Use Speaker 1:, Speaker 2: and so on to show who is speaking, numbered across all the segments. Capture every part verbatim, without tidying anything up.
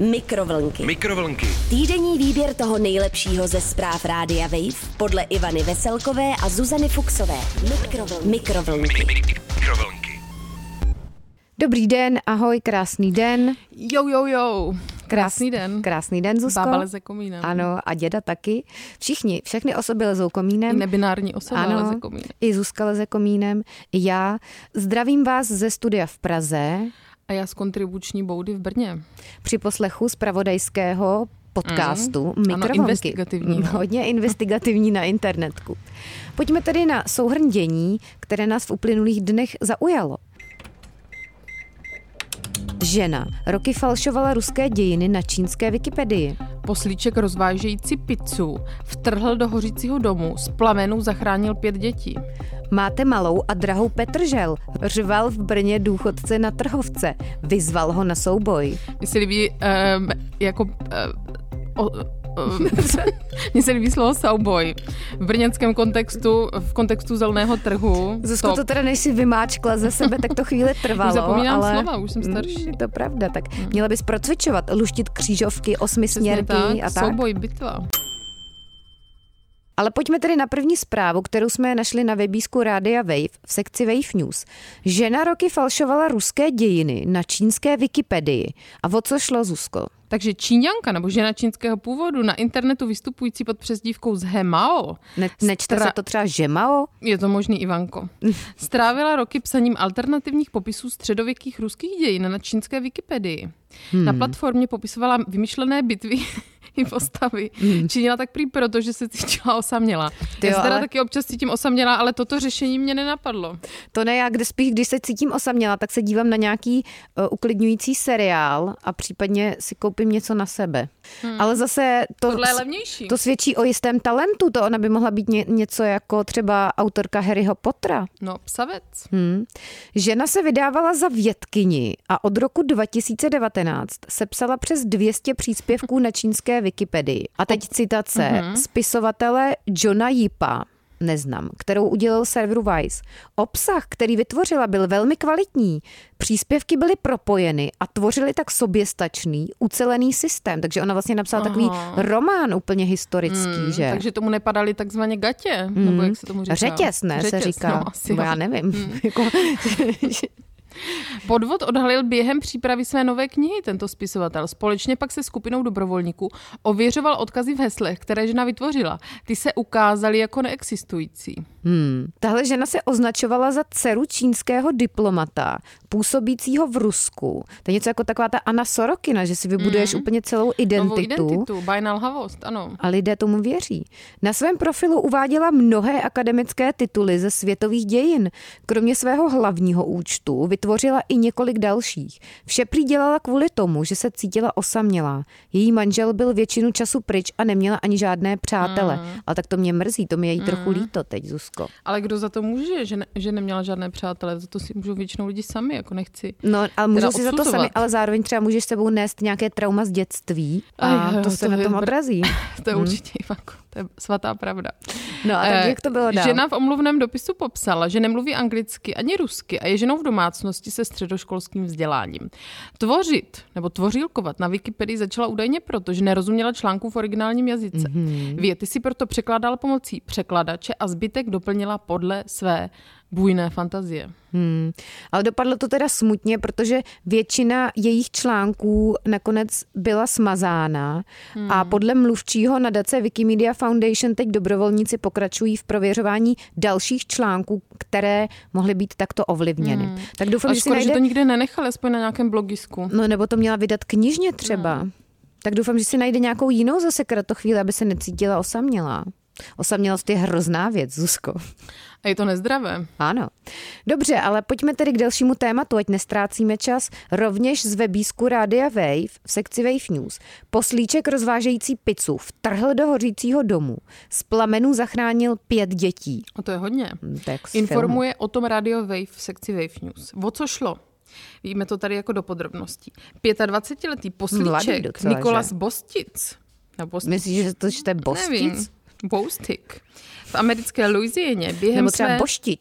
Speaker 1: Mikrovlnky.
Speaker 2: Mikrovlnky.
Speaker 1: Týdenní výběr toho nejlepšího ze zpráv Rádia Wave podle Ivany Veselkové a Zuzany Fuxové. Mikrovlnky. Mikrovlnky.
Speaker 2: Mikrovlnky.
Speaker 3: Dobrý den, ahoj, krásný den.
Speaker 4: Jo, jo, jo. Krásný den.
Speaker 3: Krásný den, Zuzko.
Speaker 4: Bába leze komínem.
Speaker 3: Ano, a děda taky. Všichni, všechny osoby lezou komínem.
Speaker 4: I nebinární osoba
Speaker 3: ano,
Speaker 4: leze komínem.
Speaker 3: I Zuzka leze komínem, i já. Zdravím vás ze studia v Praze.
Speaker 4: A já z kontribuční boudy v Brně.
Speaker 3: Při poslechu zpravodajského podcastu mm. Mikrovlnky.
Speaker 4: Ano, investigativní.
Speaker 3: Hodně investigativní na internetku. Pojďme tedy na souhrn dění, které nás v uplynulých dnech zaujalo. Žena roky falšovala ruské dějiny na čínské Wikipedii.
Speaker 4: Poslíček rozvážející pizzu vtrhl do hořícího domu, z plamenů zachránil pět dětí.
Speaker 3: Máte malou a drahou petržel, řval v Brně důchodce na trhovce, vyzval ho na souboj.
Speaker 4: Mně se líbí um, jako... Um, o, Mně se líbí slovo souboj. V brněnském kontextu, v kontextu zeleného trhu.
Speaker 3: Zuzko, to, to teda než si vymáčkla ze sebe, tak to chvíli trvalo.
Speaker 4: Už zapomínám
Speaker 3: ale...
Speaker 4: slova, už jsem starší.
Speaker 3: Je to pravda, tak hmm. měla bys procvičovat, luštit křížovky, osmisměrky
Speaker 4: tak,
Speaker 3: a tak.
Speaker 4: Souboj, bitva.
Speaker 3: Ale pojďme tedy na první zprávu, kterou jsme našli na webísku Rádia Wave v sekci Wave News. Žena roky falšovala ruské dějiny na čínské Wikipedii. A o co šlo, Zuzko?
Speaker 4: Takže Číňanka nebo žena čínského původu na internetu vystupující pod přezdívkou z Hemao.
Speaker 3: Ne, nečte Stra... se to třeba Žemao?
Speaker 4: Je to možný, Ivanko. Strávila roky psaním alternativních popisů středověkých ruských dějin na čínské Wikipedii. Hmm. Na platformě popisovala vymyšlené bitvy i postavy. Hmm. Činila tak prý proto, že se cítila osamělá.
Speaker 3: Ty
Speaker 4: já
Speaker 3: jo,
Speaker 4: se teda
Speaker 3: ale...
Speaker 4: taky občas cítím osamělá, ale toto řešení mě nenapadlo.
Speaker 3: To ne, já kde spíš, když se cítím osamělá, tak se dívám na nějaký uh, uklidňující seriál a případně si koupím něco na sebe. Hmm. Ale zase to,
Speaker 4: Tohle je levnější.
Speaker 3: To svědčí o jistém talentu. To ona by mohla být ně, něco jako třeba autorka Harryho Pottera.
Speaker 4: No, psavec.
Speaker 3: Hmm. Žena se vydávala za vědkyni a od roku dva tisíce devatenáct sepsala přes dvě stě příspěvků na čínské Wikipedii. A teď citace uh-huh. spisovatele Johna Yipa, neznám, kterou udělal serveru Vice. Obsah, který vytvořila, byl velmi kvalitní. Příspěvky byly propojeny a tvořily tak soběstačný, ucelený systém. Takže ona vlastně napsala Aha. takový román úplně historický, hmm, že?
Speaker 4: Takže tomu nepadaly takzvaně gatě, hmm. nebo jak se tomu říká?
Speaker 3: Řetěz, ne, Řetěz, se říká.
Speaker 4: No, asi
Speaker 3: já nevím. Hmm.
Speaker 4: Podvod odhalil během přípravy své nové knihy tento spisovatel. Společně pak se skupinou dobrovolníků ověřoval odkazy v heslech, které žena vytvořila. Ty se ukázaly jako neexistující.
Speaker 3: Hmm. Tahle žena se označovala za dceru čínského diplomata, působícího v Rusku. To je něco jako taková ta Anna Sorokina, že si vybuduješ mm. úplně celou identitu.
Speaker 4: Novou identitu, bajná lhavost, ano.
Speaker 3: A lidé tomu věří. Na svém profilu uváděla mnohé akademické tituly ze světových dějin. Kromě svého hlavního účtu vytvořila i několik dalších. Vše prý dělala kvůli tomu, že se cítila osamělá. Její manžel byl většinu času pryč a neměla ani žádné přátele. Mm. Ale tak to mě mrzí, to mi je jí mm. trochu líto teď, Zuzko.
Speaker 4: Ale kdo za to může, že, ne, že neměla žádné přátele? Za to si můžou většinou lidi sami, jako nechci.
Speaker 3: No, ale můžou si za to sami, ale zároveň třeba můžeš s sebou nést nějaké trauma z dětství a Aj, jo, to se to na tom odrazí.
Speaker 4: To je
Speaker 3: hmm.
Speaker 4: určitě, Ivanko, to je svatá pravda.
Speaker 3: No a tak jak to bylo dál?
Speaker 4: Žena v omluvném dopisu popsala, že nemluví anglicky ani rusky a je ženou v domácnosti se středoškolským vzděláním. Tvořit nebo tvořílkovat na Wikipedii začala údajně proto, že nerozuměla článků v originálním jazyce. Mm-hmm. Věty si proto překládala pomocí překladače a zbytek doplnila podle své bujné fantazie.
Speaker 3: Hmm. Ale dopadlo to teda smutně, protože většina jejich článků nakonec byla smazána hmm. a podle mluvčího nadace Wikimedia Foundation teď dobrovolníci pokračují v prověřování dalších článků, které mohly být takto ovlivněny. Hmm. Tak doufám,
Speaker 4: a
Speaker 3: že si
Speaker 4: skoro,
Speaker 3: najde...
Speaker 4: že to nikde nenechali, aspoň na nějakém blogisku.
Speaker 3: No nebo to měla vydat knižně třeba. Hmm. Tak doufám, že si najde nějakou jinou zase kratochvíli, aby se necítila osamělá. Osamělost je hrozná věc, Zuzko.
Speaker 4: A je to nezdravé.
Speaker 3: Ano. Dobře, ale pojďme tedy k dalšímu tématu, ať nestrácíme čas. Rovněž z webísku Rádia Wave v sekci Wave News. Poslíček rozvážející pizzu vtrhl do hořícího domu. Z plamenů zachránil pět dětí.
Speaker 4: A to je hodně.
Speaker 3: Tak
Speaker 4: Informuje filmu. O tom Rádio Wave v sekci Wave News. O co šlo? Víme to tady jako do podrobností. dvacetiletý poslíček docela, Nikolas že? Bostic. Bostic.
Speaker 3: Myslíš, že to, že to je Bostic?
Speaker 4: Nevím. Boustik. V americké Louisieně během
Speaker 3: Nebo třeba
Speaker 4: své...
Speaker 3: Boštič.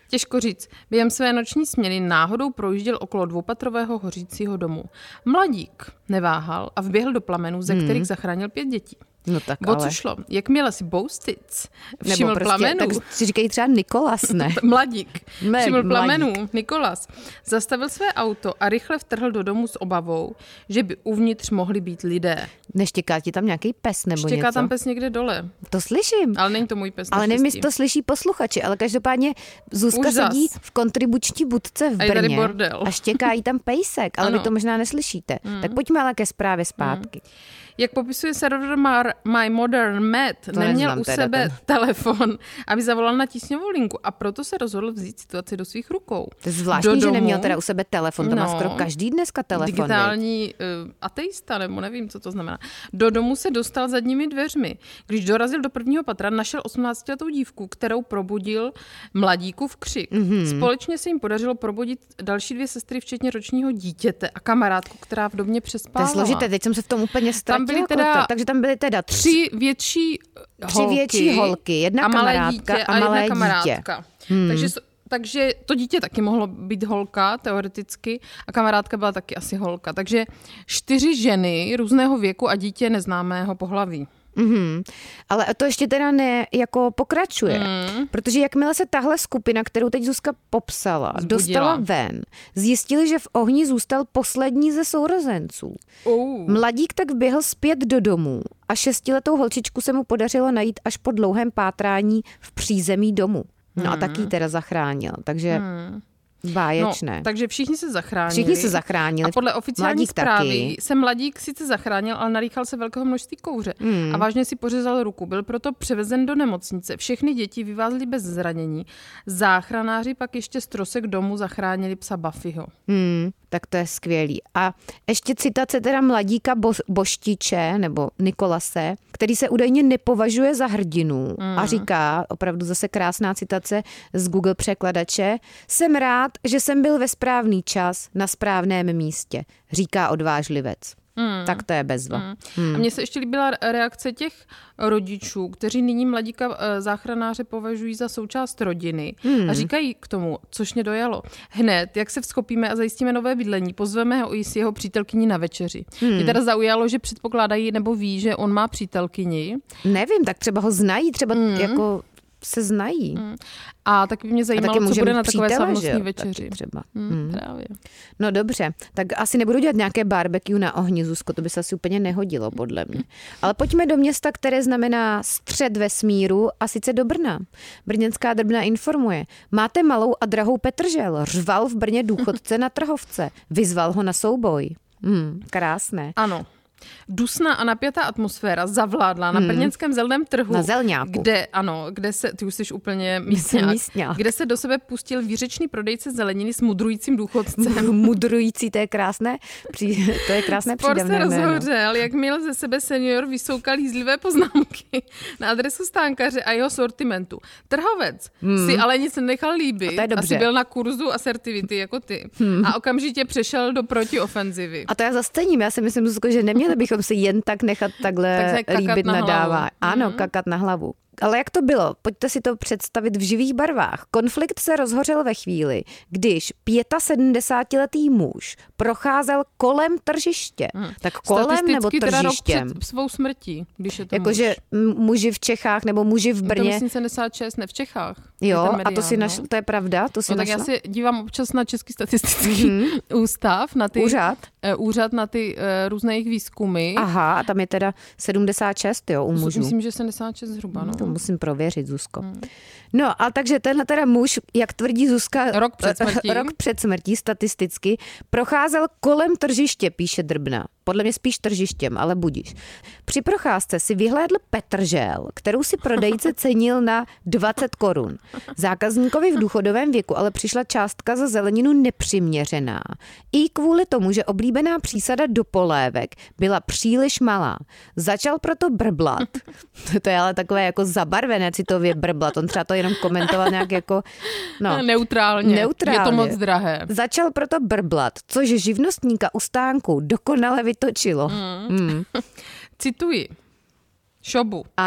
Speaker 4: Těžko říct. Během své noční směny náhodou projížděl okolo dvoupatrového hořícího domu. Mladík neváhal a vběhl do plamenů, ze kterých hmm. zachránil pět dětí.
Speaker 3: No tak
Speaker 4: o
Speaker 3: ale...
Speaker 4: co šlo? Jakmile si Boustic všiml
Speaker 3: Nebo prostě,
Speaker 4: plamenů...
Speaker 3: tak si říkají třeba Nikolas, ne?
Speaker 4: Mladík.
Speaker 3: Ne,
Speaker 4: všiml
Speaker 3: mladík.
Speaker 4: plamenů, Nikolas. Zastavil své auto a rychle vtrhl do domu s obavou, že by uvnitř mohli být lidé.
Speaker 3: Neštěká ti tam nějaký pes nebo
Speaker 4: Štěká
Speaker 3: něco?
Speaker 4: tam pes někde dole.
Speaker 3: To slyším.
Speaker 4: Ale není to můj pes.
Speaker 3: Ale nevím,
Speaker 4: naštěstí.
Speaker 3: jestli to slyší posluchači, ale každopádně Zuzka
Speaker 4: Úžas.
Speaker 3: sedí v kontribuční budce v
Speaker 4: A je tady
Speaker 3: Brně
Speaker 4: bordel.
Speaker 3: a štěká jí tam pejsek, ale
Speaker 4: Ano.
Speaker 3: vy to možná neslyšíte. Mm. Tak pojďme ale ke zprávě zpátky. Mm.
Speaker 4: Jak popisuje server My Modern Med,
Speaker 3: To
Speaker 4: neměl
Speaker 3: neznám
Speaker 4: u
Speaker 3: teda
Speaker 4: sebe
Speaker 3: ten.
Speaker 4: telefon, aby zavolal na tísňovou linku a proto se rozhodl vzít situaci do svých rukou.
Speaker 3: To je zvláštní,
Speaker 4: Do
Speaker 3: že
Speaker 4: domu.
Speaker 3: neměl teda u sebe telefon, to má
Speaker 4: No.
Speaker 3: skoro každý dneska telefon. viď?
Speaker 4: Digitální uh, ateista, nebo nevím, co to znamená. Do domu se dostal zadními dveřmi. Když dorazil do prvního patra, našel osmnáctiletou dívku, kterou probudil mladíkův křik. Mm-hmm. Společně se jim podařilo probudit další dvě sestry, včetně ročního dítěte a kamarádku, která v domě
Speaker 3: To je
Speaker 4: přespávala.
Speaker 3: složité, teď jsem se v tom úplně ztratila.
Speaker 4: byly teda
Speaker 3: Kota, takže tam byly teda tři,
Speaker 4: Tři větší
Speaker 3: tři
Speaker 4: holky,
Speaker 3: větší holky, jedna
Speaker 4: a malé
Speaker 3: kamarádka
Speaker 4: dítě
Speaker 3: a malé
Speaker 4: jedna
Speaker 3: dítě.
Speaker 4: kamarádka. Hmm. Takže, takže to dítě taky mohlo být holka, teoreticky, a kamarádka byla taky asi holka. Takže čtyři ženy různého věku a dítě neznámého pohlaví.
Speaker 3: Mm-hmm. Ale to ještě teda ne jako pokračuje, mm. protože jakmile se tahle skupina, kterou teď Zuzka popsala,
Speaker 4: Zbudila.
Speaker 3: dostala ven, zjistili, že v ohni zůstal poslední ze sourozenců.
Speaker 4: Uh.
Speaker 3: Mladík tak vběhl zpět do domu a šestiletou holčičku se mu podařilo najít až po dlouhém pátrání v přízemí domu. No mm. a taky ji teda zachránil, takže... Mm. Báječné.
Speaker 4: No, takže všichni se zachránili.
Speaker 3: Všichni se zachránili.
Speaker 4: A podle oficiální
Speaker 3: Mladík
Speaker 4: zprávy
Speaker 3: taky.
Speaker 4: se mladík sice zachránil, ale narýchal se velkého množství kouře hmm. a vážně si pořezal ruku. Byl proto převezen do nemocnice. Všechny děti vyvázly bez zranění. Záchranáři pak ještě z trosek domu zachránili psa Buffyho.
Speaker 3: Hmm, tak to je skvělý. A ještě citace teda mladíka Bo- Boštiče, nebo Nikolase, který se údajně nepovažuje za hrdinu hmm. a říká, opravdu zase krásná citace z Google překladače, jsem rád, že jsem byl ve správný čas na správném místě, říká odvážlivec. Hmm. Tak to je bezva.
Speaker 4: Hmm. Hmm. A mně se ještě líbila reakce těch rodičů, kteří nyní mladíka záchranáře považují za součást rodiny hmm. a říkají k tomu, což mě dojalo. Hned, jak se vzchopíme a zajistíme nové bydlení, pozveme ho i s jeho přítelkyní na večeři. Hmm. Mě teda zaujalo, že předpokládají nebo ví, že on má přítelkyni.
Speaker 3: Nevím, tak třeba ho znají, třeba hmm. jako... se znají.
Speaker 4: Hmm. A tak by mě zajímalo, co bude na takové slavnostní večeři.
Speaker 3: Třeba.
Speaker 4: Hmm, hmm. Právě.
Speaker 3: No dobře, tak asi nebudu dělat nějaké barbecue na ohni, Zuzko, to by se asi úplně nehodilo, podle mě. Ale pojďme do města, které znamená střed vesmíru, a sice do Brna. Brněnská Drbna informuje. Máte malou a drahou petržel, řval v Brně důchodce na trhovce. Vyzval ho na souboj. Hmm, krásné.
Speaker 4: Ano. Dusná a napjatá atmosféra zavládla na brněnském zeleném trhu.
Speaker 3: Na Zelňáku.
Speaker 4: Kde, ano, kde se, ty už jsi úplně místňák, místňák. Kde se do sebe pustil výřečný prodejce zeleniny s mudrujícím důchodcem.
Speaker 3: Mudrující, to je krásné, při, to je krásné
Speaker 4: Spor
Speaker 3: přídavné
Speaker 4: se
Speaker 3: jméno.
Speaker 4: rozhořel, jakmile ze sebe senior vysoukal jízlivé poznámky na adresu stánkaře a jeho sortimentu. Trhovec hmm. si ale nic nenechal líbit. Asi byl na kurzu asertivity jako ty. Hmm. A okamžitě přešel do protiofenzivy.
Speaker 3: A to já zastením, já si myslím, Zuzko, že neměli bychom si jen tak nechat takhle
Speaker 4: tak
Speaker 3: líbit
Speaker 4: na
Speaker 3: nadává. Ano,
Speaker 4: mm.
Speaker 3: kakat na hlavu. Ale jak to bylo? Pojďte si to představit v živých barvách. Konflikt se rozhořel ve chvíli, když sedmdesátiletý muž procházel kolem tržiště. Hmm. Tak kolem nebo tržištěm?
Speaker 4: Před svou smrtí, když je to
Speaker 3: Jakože muži v Čechách nebo muži v Brně.
Speaker 4: To myslím sedmdesát šest, ne v Čechách.
Speaker 3: Jo,
Speaker 4: medián,
Speaker 3: a to si
Speaker 4: no.
Speaker 3: našla, to je pravda? To si
Speaker 4: no, tak
Speaker 3: našla?
Speaker 4: já se dívám občas na Český statistický mm-hmm. ústav, na ty,
Speaker 3: úřad,
Speaker 4: uh, úřad na ty uh, různé jejich výzkumy.
Speaker 3: Aha, a tam je teda sedmdesát šest, jo, u mužů.
Speaker 4: Myslím, že sedmdesát šest zhruba, no.
Speaker 3: To musím prověřit, Zuzko. Hmm. No, a takže tenhle teda muž, jak tvrdí Zuzka,
Speaker 4: rok před smrtí,
Speaker 3: rok před smrtí statisticky, procházel kolem tržiště, píše Drbna. Podle mě spíš tržištěm, ale budíš. Při procházce si vyhlédl petržel, kterou si prodejce cenil na dvacet korun. Zákazníkovi v důchodovém věku ale přišla částka za zeleninu nepřiměřená. I kvůli tomu, že oblíbená přísada do polévek byla příliš malá. Začal proto brblat. To je ale takové jako zabarvené citově brblat. On třeba to jenom komentoval nějak jako... No,
Speaker 4: neutrálně. neutrálně. Je to moc drahé.
Speaker 3: Začal proto brblat, což živnostníka u stánku dokonale vytočilo.
Speaker 4: Mm.
Speaker 3: Mm.
Speaker 4: Cituji. Šobu.
Speaker 3: Ano.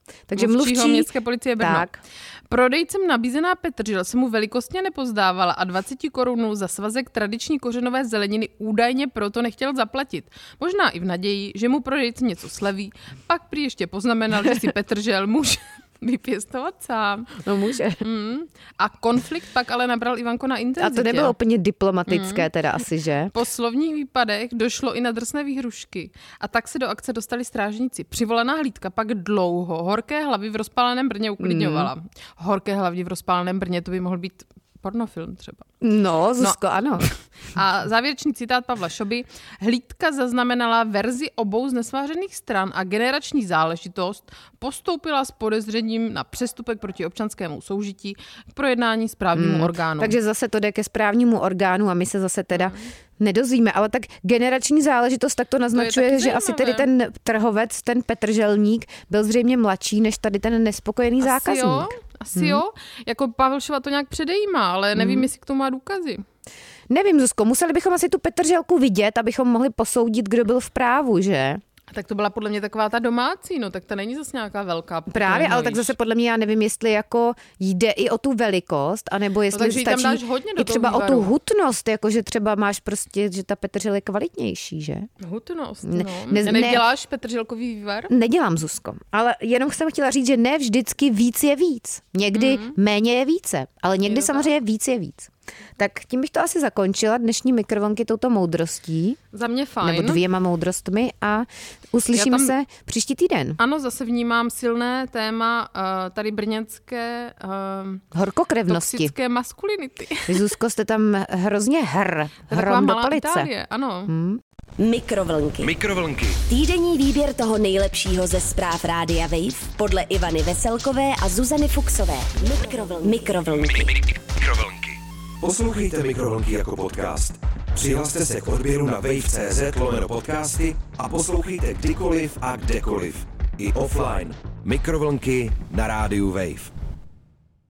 Speaker 3: Takže
Speaker 4: mluvčího
Speaker 3: mluvčí
Speaker 4: městské policie Brno.
Speaker 3: Tak.
Speaker 4: Prodejcem nabízená petržel se mu velikostně nepozdávala a dvacet korun za svazek tradiční kořenové zeleniny údajně proto nechtěl zaplatit. Možná i v naději, že mu prodejce něco sleví, pak prý ještě poznamenal, že si petržel může vypěstovat sám.
Speaker 3: No může.
Speaker 4: Mm. A konflikt pak ale nabral Ivanko na intenzitě.
Speaker 3: A to nebylo úplně diplomatické mm. teda asi, že?
Speaker 4: Po slovních výpadech došlo i na drsné výhrušky. A tak se do akce dostali strážníci. Přivolaná hlídka pak dlouho horké hlavy v rozpáleném Brně uklidňovala. Mm. Horké hlavy v rozpáleném Brně, to by mohl být pornofilm třeba.
Speaker 3: No, Zuzko, no. Ano.
Speaker 4: A závěrečný citát Pavla Šoby. Hlídka zaznamenala verzi obou znesvářených stran a generační záležitost postoupila s podezřením na přestupek proti občanskému soužití k projednání správnímu hmm. orgánu.
Speaker 3: Takže zase to jde ke správnímu orgánu a my se zase teda hmm. nedozvíme. Ale tak generační záležitost tak to naznačuje, to že zajímavé. Asi tedy ten trhovec, ten petrželník byl zřejmě mladší než tady ten nespokojený
Speaker 4: asi
Speaker 3: zákazník.
Speaker 4: Jo? Asi hmm. jo. Jako Pavel Šova to nějak předejímá, ale nevím, hmm. jestli k tomu má důkazy.
Speaker 3: Nevím, Zuzko, museli bychom asi tu petrželku vidět, abychom mohli posoudit, kdo byl v právu, že?
Speaker 4: Tak to byla podle mě taková ta domácí, no tak ta není zase nějaká velká.
Speaker 3: Právě, ale tak zase podle mě já nevím, jestli jako jde i o tu velikost, anebo jestli
Speaker 4: no,
Speaker 3: stačí
Speaker 4: tam dáš hodně do
Speaker 3: i třeba
Speaker 4: toho
Speaker 3: o tu hutnost, jako že třeba máš prostě, že ta petržel je kvalitnější, že?
Speaker 4: Hutnost,
Speaker 3: ne,
Speaker 4: no.
Speaker 3: Ne, ne,
Speaker 4: Neděláš petrželkový vývar?
Speaker 3: Nedělám, Zuzko, ale jenom jsem chtěla říct, že ne vždycky víc je víc. Někdy mm. méně je více, ale někdy je samozřejmě víc je víc. Tak tím bych to asi zakončila dnešní mikrovlnky touto moudrostí.
Speaker 4: Za mě fajn.
Speaker 3: Nebo dvěma moudrostmi a uslyšíme
Speaker 4: tam,
Speaker 3: se příští týden.
Speaker 4: Ano, zase vnímám silné téma uh, tady brněnské uh,
Speaker 3: horkokrevnosti.
Speaker 4: Toxické maskulinity.
Speaker 3: Zuzko, jste tam hrozně hr. Hrom do palice.
Speaker 4: Itálie, ano. Hmm.
Speaker 1: Mikrovlnky.
Speaker 2: Mikrovlnky.
Speaker 1: Týdenní výběr toho nejlepšího ze zpráv Rádia Wave podle Ivany Veselkové a Zuzany Fuxové. Mikrovlnky. Mikrovlnky.
Speaker 2: Mikrovlnky. Poslouchejte Mikrovlnky jako podcast. Přihlaste se k odběru na wave tečka cé zet lomeno podcasty a poslouchejte kdykoliv a kdekoliv. I offline. Mikrovlnky na rádiu Wave.